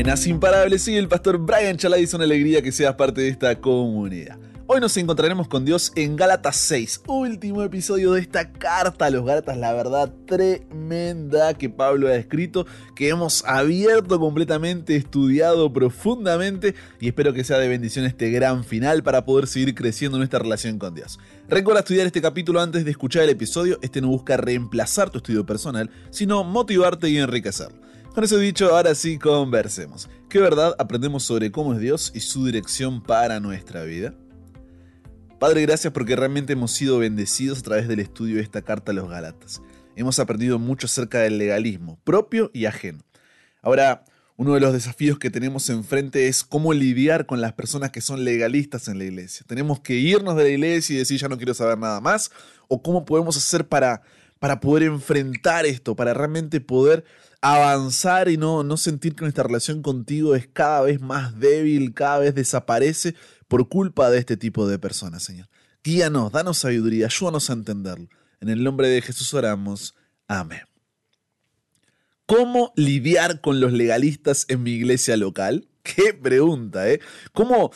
Buenas imparables, soy el pastor Brian Chalai y es una alegría que seas parte de esta comunidad. Hoy nos encontraremos con Dios en Gálatas 6, último episodio de esta carta a los Gálatas, la verdad tremenda que Pablo ha escrito, que hemos abierto completamente, estudiado profundamente y espero que sea de bendición este gran final para poder seguir creciendo en nuestra relación con Dios. Recuerda estudiar este capítulo antes de escuchar el episodio, este no busca reemplazar tu estudio personal, sino motivarte y enriquecerlo. Con eso dicho, ahora sí conversemos. ¿Qué verdad aprendemos sobre cómo es Dios y su dirección para nuestra vida? Padre, gracias porque realmente hemos sido bendecidos a través del estudio de esta carta a los Gálatas. Hemos aprendido mucho acerca del legalismo, propio y ajeno. Ahora, uno de los desafíos que tenemos enfrente es cómo lidiar con las personas que son legalistas en la iglesia. ¿Tenemos que irnos de la iglesia y decir ya no quiero saber nada más? ¿O cómo podemos hacer para poder enfrentar esto, para realmente poder avanzar y no sentir que nuestra relación contigo es cada vez más débil, cada vez desaparece por culpa de este tipo de personas, Señor? Guíanos, danos sabiduría, ayúdanos a entenderlo. En el nombre de Jesús oramos. Amén. ¿Cómo lidiar con los legalistas en mi iglesia local? ¡Qué pregunta, eh! ¿Cómo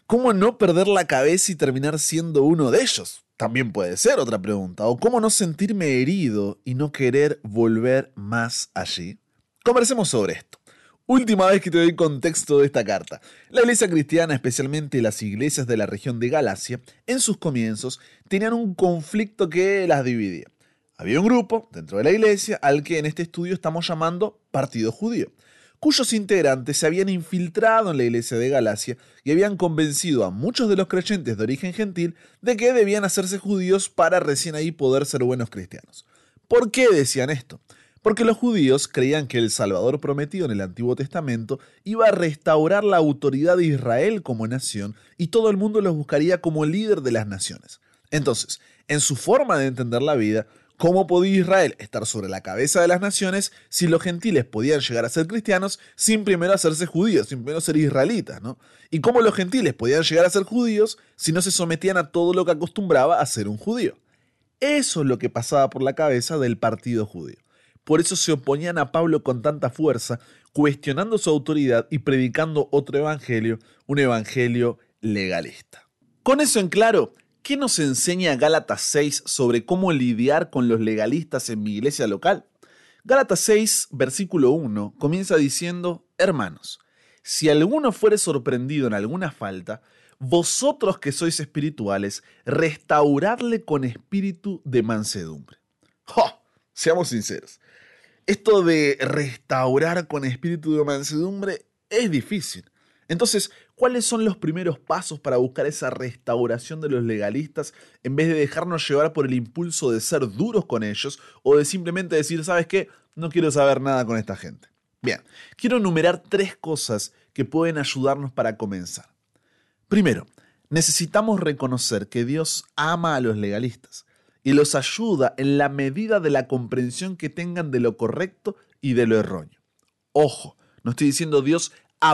no perder la cabeza y terminar siendo uno de ellos? También puede ser otra pregunta. ¿O cómo no sentirme herido y no querer volver más allí? Conversemos sobre esto. Última vez que te doy contexto de esta carta. La iglesia cristiana, especialmente las iglesias de la región de Galacia, en sus comienzos tenían un conflicto que las dividía. Había un grupo dentro de la iglesia al que en este estudio estamos llamando Partido Judío, cuyos integrantes se habían infiltrado en la iglesia de Galacia y habían convencido a muchos de los creyentes de origen gentil de que debían hacerse judíos para recién ahí poder ser buenos cristianos. ¿Por qué decían esto? Porque los judíos creían que el Salvador prometido en el Antiguo Testamento iba a restaurar la autoridad de Israel como nación y todo el mundo los buscaría como líder de las naciones. Entonces, en su forma de entender la vida, ¿cómo podía Israel estar sobre la cabeza de las naciones si los gentiles podían llegar a ser cristianos sin primero hacerse judíos, sin primero ser israelitas, ¿no? ¿Y cómo los gentiles podían llegar a ser judíos si no se sometían a todo lo que acostumbraba a ser un judío? Eso es lo que pasaba por la cabeza del partido judío. Por eso se oponían a Pablo con tanta fuerza, cuestionando su autoridad y predicando otro evangelio, un evangelio legalista. Con eso en claro, ¿qué nos enseña Gálatas 6 sobre cómo lidiar con los legalistas en mi iglesia local? Gálatas 6, versículo 1, comienza diciendo: Hermanos, si alguno fuere sorprendido en alguna falta, vosotros que sois espirituales, restauradle con espíritu de mansedumbre. ¡Oh! Seamos sinceros. Esto de restaurar con espíritu de mansedumbre es difícil. Entonces, ¿cuáles son los primeros pasos para buscar esa restauración de los legalistas en vez de dejarnos llevar por el impulso de ser duros con ellos o de simplemente decir, ¿sabes qué? No quiero saber nada con esta gente. Bien, quiero enumerar 3 cosas que pueden ayudarnos para comenzar. Primero, necesitamos reconocer que Dios ama a los legalistas y los ayuda en la medida de la comprensión que tengan de lo correcto y de lo erróneo. Ojo, no estoy diciendo Dios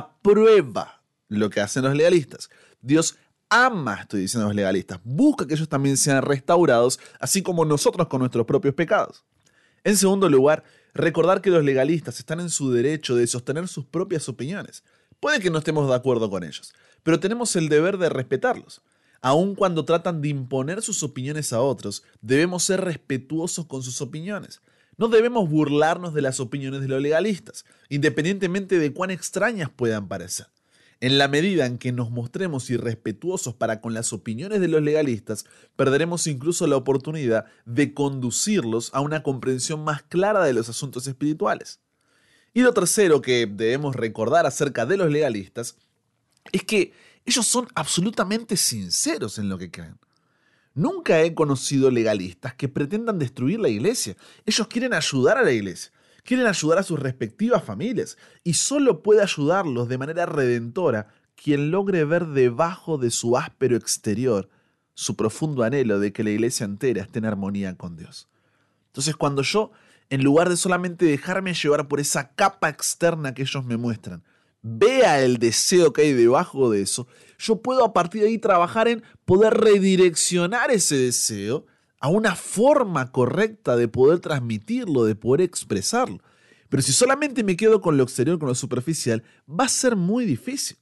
aprueba lo que hacen los legalistas. Dios ama, estoy diciendo, a los legalistas. Busca que ellos también sean restaurados, así como nosotros con nuestros propios pecados. En segundo lugar, recordar que los legalistas están en su derecho de sostener sus propias opiniones. Puede que no estemos de acuerdo con ellos, pero tenemos el deber de respetarlos. Aun cuando tratan de imponer sus opiniones a otros, debemos ser respetuosos con sus opiniones. No debemos burlarnos de las opiniones de los legalistas, independientemente de cuán extrañas puedan parecer. En la medida en que nos mostremos irrespetuosos para con las opiniones de los legalistas, perderemos incluso la oportunidad de conducirlos a una comprensión más clara de los asuntos espirituales. Y lo tercero que debemos recordar acerca de los legalistas es que ellos son absolutamente sinceros en lo que creen. Nunca he conocido legalistas que pretendan destruir la iglesia. Ellos quieren ayudar a la iglesia, quieren ayudar a sus respectivas familias y solo puede ayudarlos de manera redentora quien logre ver debajo de su áspero exterior su profundo anhelo de que la iglesia entera esté en armonía con Dios. Entonces, cuando yo, en lugar de solamente dejarme llevar por esa capa externa que ellos me muestran, vea el deseo que hay debajo de eso, yo puedo a partir de ahí trabajar en poder redireccionar ese deseo a una forma correcta de poder transmitirlo, de poder expresarlo. Pero si solamente me quedo con lo exterior, con lo superficial, va a ser muy difícil.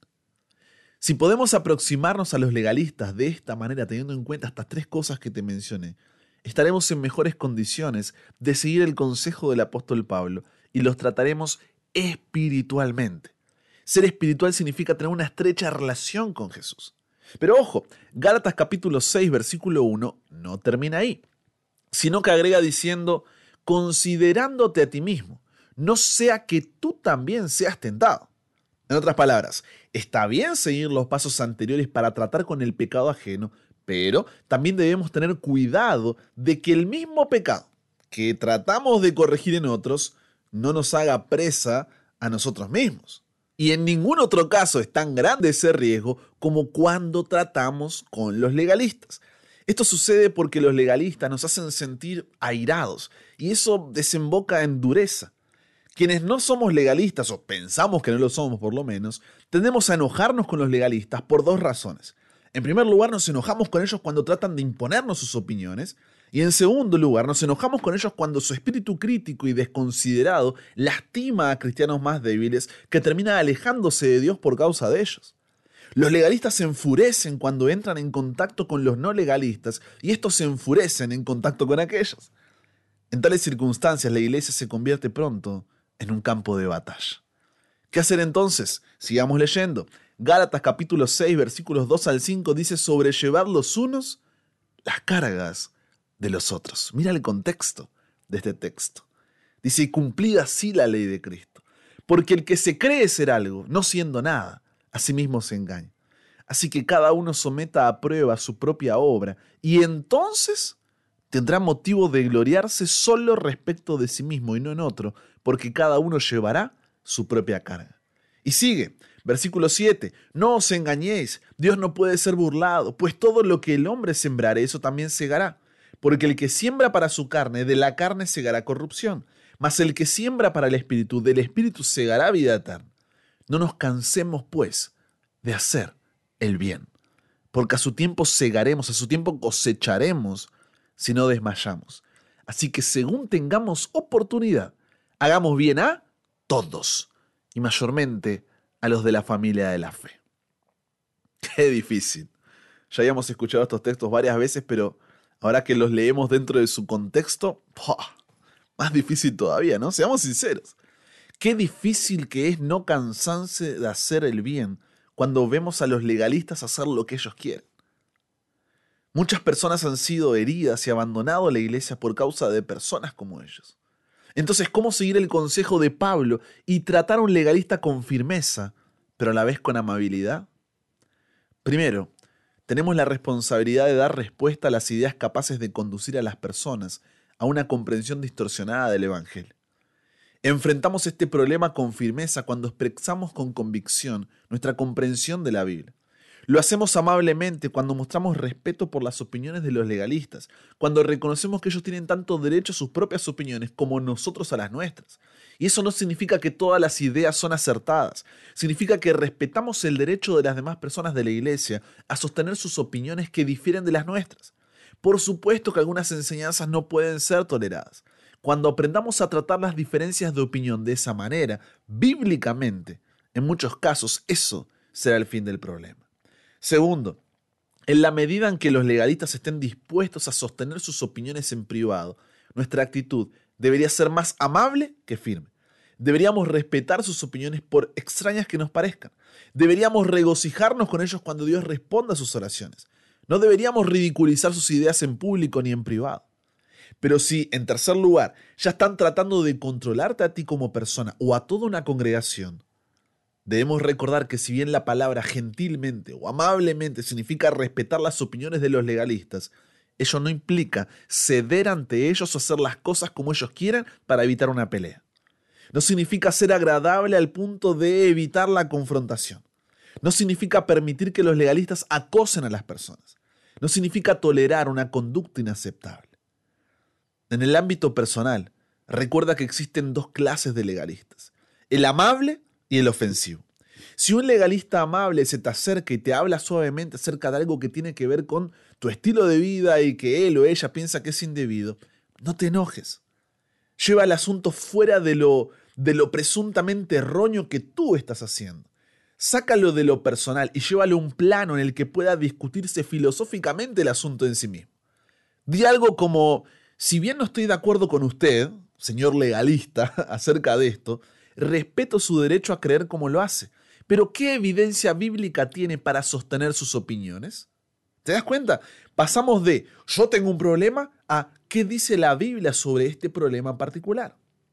Si podemos aproximarnos a los legalistas de esta manera, teniendo en cuenta estas tres cosas que te mencioné, estaremos en mejores condiciones de seguir el consejo del apóstol Pablo y los trataremos espiritualmente. Ser espiritual significa tener una estrecha relación con Jesús. Pero ojo, Gálatas capítulo 6, versículo 1 no termina ahí, sino que agrega diciendo, considerándote a ti mismo, no sea que tú también seas tentado. En otras palabras, está bien seguir los pasos anteriores para tratar con el pecado ajeno, pero también debemos tener cuidado de que el mismo pecado que tratamos de corregir en otros no nos haga presa a nosotros mismos. Y en ningún otro caso es tan grande ese riesgo como cuando tratamos con los legalistas. Esto sucede porque los legalistas nos hacen sentir airados y eso desemboca en dureza. Quienes no somos legalistas, o pensamos que no lo somos por lo menos, tendemos a enojarnos con los legalistas por dos razones. En primer lugar, nos enojamos con ellos cuando tratan de imponernos sus opiniones, y en segundo lugar, nos enojamos con ellos cuando su espíritu crítico y desconsiderado lastima a cristianos más débiles que terminan alejándose de Dios por causa de ellos. Los legalistas se enfurecen cuando entran en contacto con los no legalistas y estos se enfurecen en contacto con aquellos. En tales circunstancias, la iglesia se convierte pronto en un campo de batalla. ¿Qué hacer entonces? Sigamos leyendo. Gálatas capítulo 6, versículos 2 al 5 dice sobrellevar los unos las cargas de los otros. Mira el contexto de este texto. Dice, y cumplida así la ley de Cristo. Porque el que se cree ser algo, no siendo nada, a sí mismo se engaña. Así que cada uno someta a prueba su propia obra y entonces tendrá motivo de gloriarse solo respecto de sí mismo y no en otro, porque cada uno llevará su propia carga. Y sigue, versículo 7, no os engañéis, Dios no puede ser burlado, pues todo lo que el hombre sembrare, eso también segará. Porque el que siembra para su carne, de la carne segará corrupción, mas el que siembra para el Espíritu, del Espíritu segará vida eterna. No nos cansemos, pues, de hacer el bien, porque a su tiempo segaremos, a su tiempo cosecharemos, si no desmayamos. Así que según tengamos oportunidad, hagamos bien a todos, y mayormente a los de la familia de la fe. Qué difícil. Ya habíamos escuchado estos textos varias veces, pero ahora que los leemos dentro de su contexto, más difícil todavía, ¿no? Seamos sinceros. Qué difícil que es no cansarse de hacer el bien cuando vemos a los legalistas hacer lo que ellos quieren. Muchas personas han sido heridas y abandonado la iglesia por causa de personas como ellos. Entonces, ¿cómo seguir el consejo de Pablo y tratar a un legalista con firmeza, pero a la vez con amabilidad? Primero, tenemos la responsabilidad de dar respuesta a las ideas capaces de conducir a las personas a una comprensión distorsionada del Evangelio. Enfrentamos este problema con firmeza cuando expresamos con convicción nuestra comprensión de la Biblia. Lo hacemos amablemente cuando mostramos respeto por las opiniones de los legalistas, cuando reconocemos que ellos tienen tanto derecho a sus propias opiniones como nosotros a las nuestras. Y eso no significa que todas las ideas son acertadas, significa que respetamos el derecho de las demás personas de la iglesia a sostener sus opiniones que difieren de las nuestras. Por supuesto que algunas enseñanzas no pueden ser toleradas. Cuando aprendamos a tratar las diferencias de opinión de esa manera, bíblicamente, en muchos casos eso será el fin del problema. Segundo, en la medida en que los legalistas estén dispuestos a sostener sus opiniones en privado, nuestra actitud debería ser más amable que firme. Deberíamos respetar sus opiniones por extrañas que nos parezcan. Deberíamos regocijarnos con ellos cuando Dios responda a sus oraciones. No deberíamos ridiculizar sus ideas en público ni en privado. Pero si, en tercer lugar, ya están tratando de controlarte a ti como persona o a toda una congregación, debemos recordar que si bien la palabra gentilmente o amablemente significa respetar las opiniones de los legalistas, ello no implica ceder ante ellos o hacer las cosas como ellos quieran para evitar una pelea. No significa ser agradable al punto de evitar la confrontación. No significa permitir que los legalistas acosen a las personas. No significa tolerar una conducta inaceptable. En el ámbito personal, recuerda que existen dos clases de legalistas: el amable y el ofensivo. Si un legalista amable se te acerca y te habla suavemente acerca de algo que tiene que ver con tu estilo de vida y que él o ella piensa que es indebido, no te enojes. Lleva el asunto fuera de lo de lo presuntamente erróneo que tú estás haciendo. Sácalo de lo personal y llévalo a un plano en el que pueda discutirse filosóficamente el asunto en sí mismo. Di algo como, si bien no estoy de acuerdo con usted, señor legalista, acerca de esto, respeto su derecho a creer como lo hace, pero ¿qué evidencia bíblica tiene para sostener sus opiniones? ¿Te das cuenta? Pasamos de yo tengo un problema a ¿qué dice la Biblia sobre este problema en particular?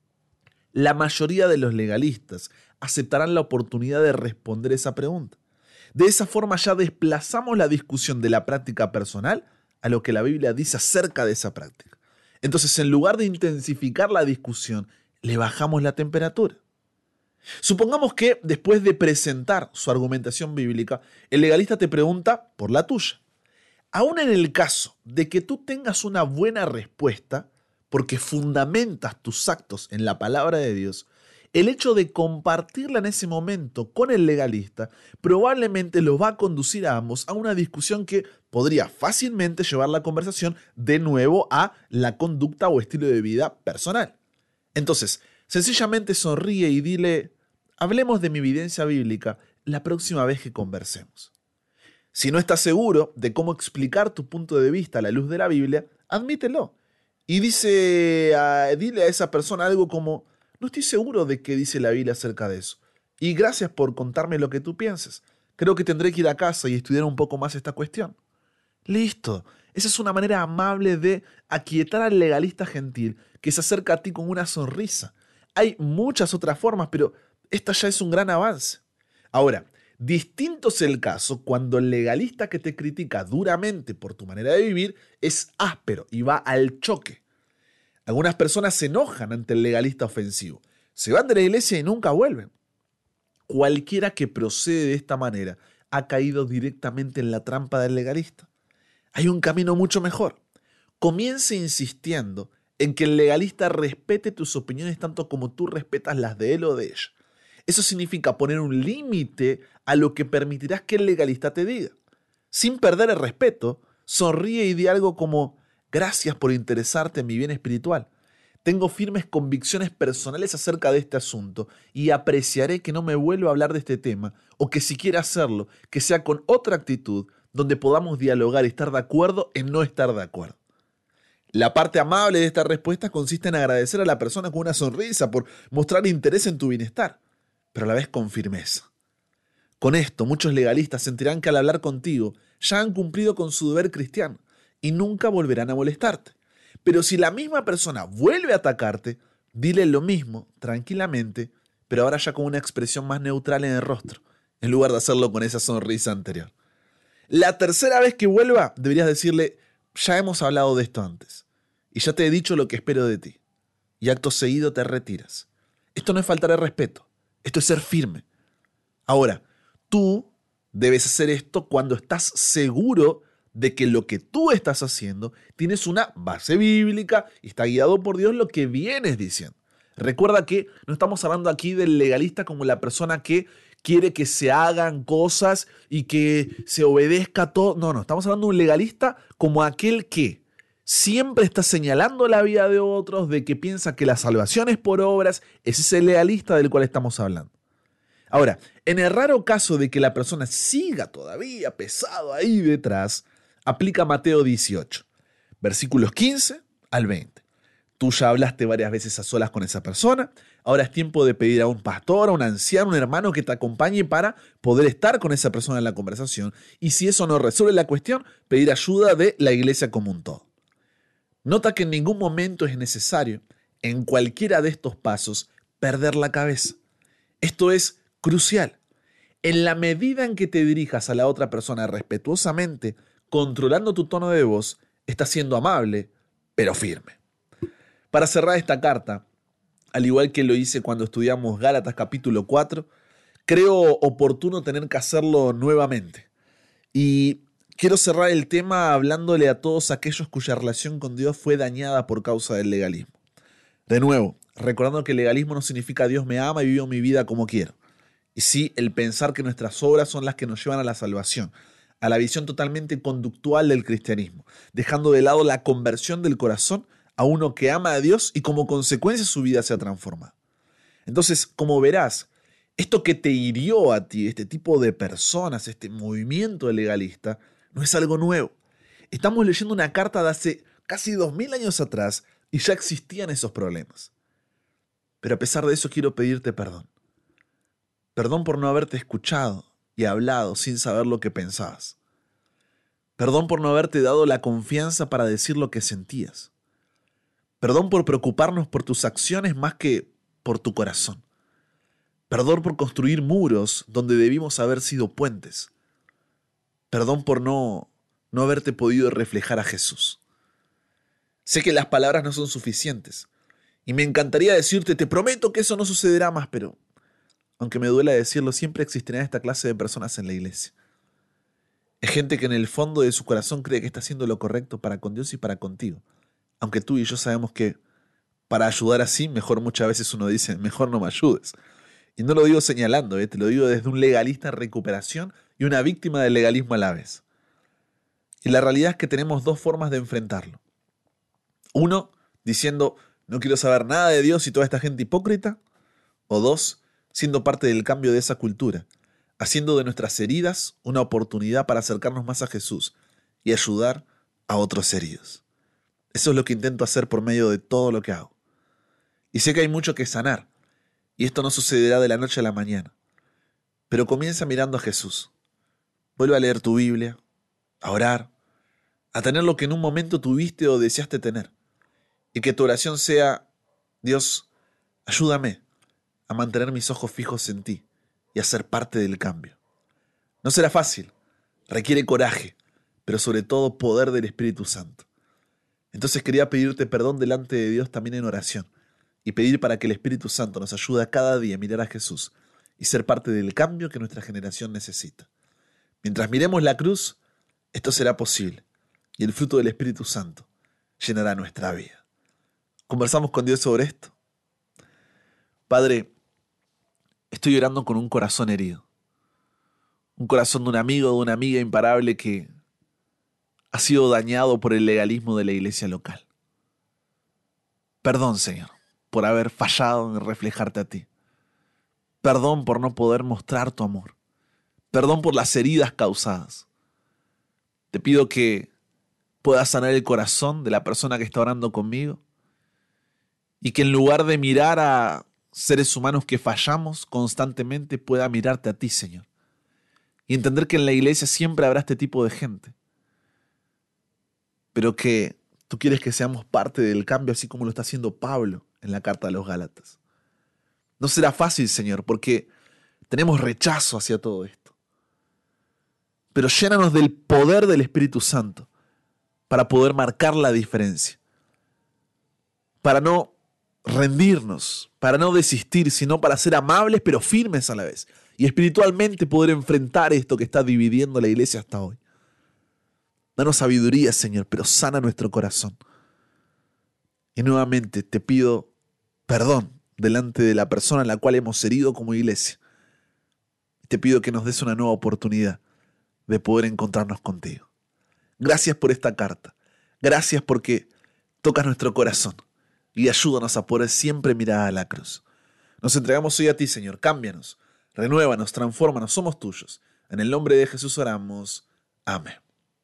La mayoría de los legalistas aceptarán la oportunidad de responder esa pregunta. De esa forma ya desplazamos la discusión de la práctica personal a lo que la Biblia dice acerca de esa práctica. Entonces, en lugar de intensificar la discusión, le bajamos la temperatura. Supongamos que después de presentar su argumentación bíblica, el legalista te pregunta por la tuya. Aún en el caso de que tú tengas una buena respuesta, porque fundamentas tus actos en la palabra de Dios, el hecho de compartirla en ese momento con el legalista probablemente los va a conducir a ambos a una discusión que podría fácilmente llevar la conversación de nuevo a la conducta o estilo de vida personal. Entonces, sencillamente sonríe y dile, hablemos de mi evidencia bíblica la próxima vez que conversemos. Si no estás seguro de cómo explicar tu punto de vista a la luz de la Biblia, admítelo. Y dile a esa persona algo como, no estoy seguro de qué dice la Biblia acerca de eso. Y gracias por contarme lo que tú piensas. Creo que tendré que ir a casa y estudiar un poco más esta cuestión. Listo. Esa es una manera amable de aquietar al legalista gentil que se acerca a ti con una sonrisa. Hay muchas otras formas, pero esta ya es un gran avance. Ahora, distinto es el caso cuando el legalista que te critica duramente por tu manera de vivir es áspero y va al choque. Algunas personas se enojan ante el legalista ofensivo, se van de la iglesia y nunca vuelven. Cualquiera que procede de esta manera ha caído directamente en la trampa del legalista. Hay un camino mucho mejor. Comience insistiendo en que el legalista respete tus opiniones tanto como tú respetas las de él o de ella. Eso significa poner un límite a lo que permitirás que el legalista te diga. Sin perder el respeto, sonríe y di algo como, gracias por interesarte en mi bien espiritual. Tengo firmes convicciones personales acerca de este asunto y apreciaré que no me vuelva a hablar de este tema o que si quiere hacerlo, que sea con otra actitud donde podamos dialogar y estar de acuerdo en no estar de acuerdo. La parte amable de esta respuesta consiste en agradecer a la persona con una sonrisa por mostrar interés en tu bienestar, pero a la vez con firmeza. Con esto, muchos legalistas sentirán que al hablar contigo ya han cumplido con su deber cristiano y nunca volverán a molestarte. Pero si la misma persona vuelve a atacarte, dile lo mismo, tranquilamente, pero ahora ya con una expresión más neutral en el rostro, en lugar de hacerlo con esa sonrisa anterior. La tercera vez que vuelva, deberías decirle, ya hemos hablado de esto antes, y ya te he dicho lo que espero de ti, y acto seguido te retiras. Esto no es faltar el respeto, esto es ser firme. Ahora, tú debes hacer esto cuando estás seguro de que lo que tú estás haciendo tienes una base bíblica y está guiado por Dios lo que vienes diciendo. Recuerda que no estamos hablando aquí del legalista como la persona que quiere que se hagan cosas y que se obedezca todo. No, estamos hablando de un legalista como aquel que siempre está señalando la vida de otros, de que piensa que la salvación es por obras. Ese es el legalista del cual estamos hablando. Ahora, en el raro caso de que la persona siga todavía pesado ahí detrás, aplica Mateo 18, versículos 15 al 20. Tú ya hablaste varias veces a solas con esa persona, ahora es tiempo de pedir a un pastor, a un anciano, un hermano que te acompañe para poder estar con esa persona en la conversación y si eso no resuelve la cuestión, pedir ayuda de la iglesia como un todo. Nota que en ningún momento es necesario, en cualquiera de estos pasos, perder la cabeza. Esto es crucial. En la medida en que te dirijas a la otra persona respetuosamente, controlando tu tono de voz, estás siendo amable, pero firme. Para cerrar esta carta, al igual que lo hice cuando estudiamos Gálatas capítulo 4, creo oportuno tener que hacerlo nuevamente. Y quiero cerrar el tema hablándole a todos aquellos cuya relación con Dios fue dañada por causa del legalismo. De nuevo, recordando que el legalismo no significa Dios me ama y vivo mi vida como quiero. Y sí, el pensar que nuestras obras son las que nos llevan a la salvación, a la visión totalmente conductual del cristianismo, dejando de lado la conversión del corazón a uno que ama a Dios y como consecuencia su vida se ha transformado. Entonces, como verás, esto que te hirió a ti, este tipo de personas, este movimiento legalista, no es algo nuevo. Estamos leyendo una carta de hace casi 2000 años atrás y ya existían esos problemas. Pero a pesar de eso quiero pedirte perdón. Perdón por no haberte escuchado y hablado sin saber lo que pensabas. Perdón por no haberte dado la confianza para decir lo que sentías. Perdón por preocuparnos por tus acciones más que por tu corazón. Perdón por construir muros donde debimos haber sido puentes. Perdón por no haberte podido reflejar a Jesús. Sé que las palabras no son suficientes y me encantaría decirte, te prometo que eso no sucederá más, pero aunque me duela decirlo, siempre existirá esta clase de personas en la iglesia. Es gente que en el fondo de su corazón cree que está haciendo lo correcto para con Dios y para contigo. Aunque tú y yo sabemos que para ayudar así, mejor muchas veces uno dice, mejor no me ayudes. Y no lo digo señalando, te lo digo desde un legalista en recuperación y una víctima del legalismo a la vez. Y la realidad es que tenemos dos formas de enfrentarlo. Uno, diciendo, no quiero saber nada de Dios y toda esta gente hipócrita. O dos, siendo parte del cambio de esa cultura, haciendo de nuestras heridas una oportunidad para acercarnos más a Jesús y ayudar a otros heridos. Eso es lo que intento hacer por medio de todo lo que hago. Y sé que hay mucho que sanar, y esto no sucederá de la noche a la mañana. Pero comienza mirando a Jesús. Vuelve a leer tu Biblia, a orar, a tener lo que en un momento tuviste o deseaste tener. Y que tu oración sea, Dios, ayúdame a mantener mis ojos fijos en ti y a ser parte del cambio. No será fácil, requiere coraje, pero sobre todo poder del Espíritu Santo. Entonces quería pedirte perdón delante de Dios también en oración y pedir para que el Espíritu Santo nos ayude a cada día a mirar a Jesús y ser parte del cambio que nuestra generación necesita. Mientras miremos la cruz, esto será posible y el fruto del Espíritu Santo llenará nuestra vida. ¿Conversamos con Dios sobre esto? Padre, estoy orando con un corazón herido. Un corazón de un amigo o de una amiga imparable que ha sido dañado por el legalismo de la iglesia local. Perdón, Señor, por haber fallado en reflejarte a ti. Perdón por no poder mostrar tu amor. Perdón por las heridas causadas. Te pido que puedas sanar el corazón de la persona que está orando conmigo y que en lugar de mirar a seres humanos que fallamos constantemente pueda mirarte a ti, Señor, y entender que en la iglesia siempre habrá este tipo de gente, pero que tú quieres que seamos parte del cambio así como lo está haciendo Pablo en la carta a los Gálatas. No será fácil, Señor, porque tenemos rechazo hacia todo esto, pero llénanos del poder del Espíritu Santo para poder marcar la diferencia, para no rendirnos, para no desistir, sino para ser amables pero firmes a la vez y espiritualmente poder enfrentar esto que está dividiendo la iglesia hasta hoy. Danos sabiduría, Señor, pero sana nuestro corazón. Y nuevamente te pido perdón delante de la persona en la cual hemos herido como iglesia. Te pido que nos des una nueva oportunidad de poder encontrarnos contigo. Gracias por esta carta. Gracias porque tocas nuestro corazón y ayúdanos a poder siempre mirar a la cruz. Nos entregamos hoy a ti, Señor. Cámbianos, renuévanos, transfórmanos, somos tuyos. En el nombre de Jesús oramos. Amén.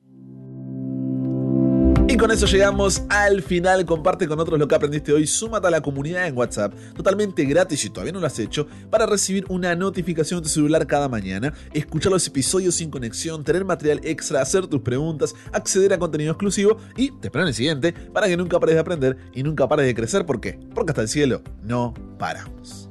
Y con eso llegamos al final. Comparte con otros lo que aprendiste hoy. Súmate a la comunidad en WhatsApp, totalmente gratis si todavía no lo has hecho, para recibir una notificación en tu celular cada mañana, escuchar los episodios sin conexión, tener material extra, hacer tus preguntas, acceder a contenido exclusivo y te espero en el siguiente para que nunca pares de aprender y nunca pares de crecer. ¿Por qué? Porque hasta el cielo no paramos.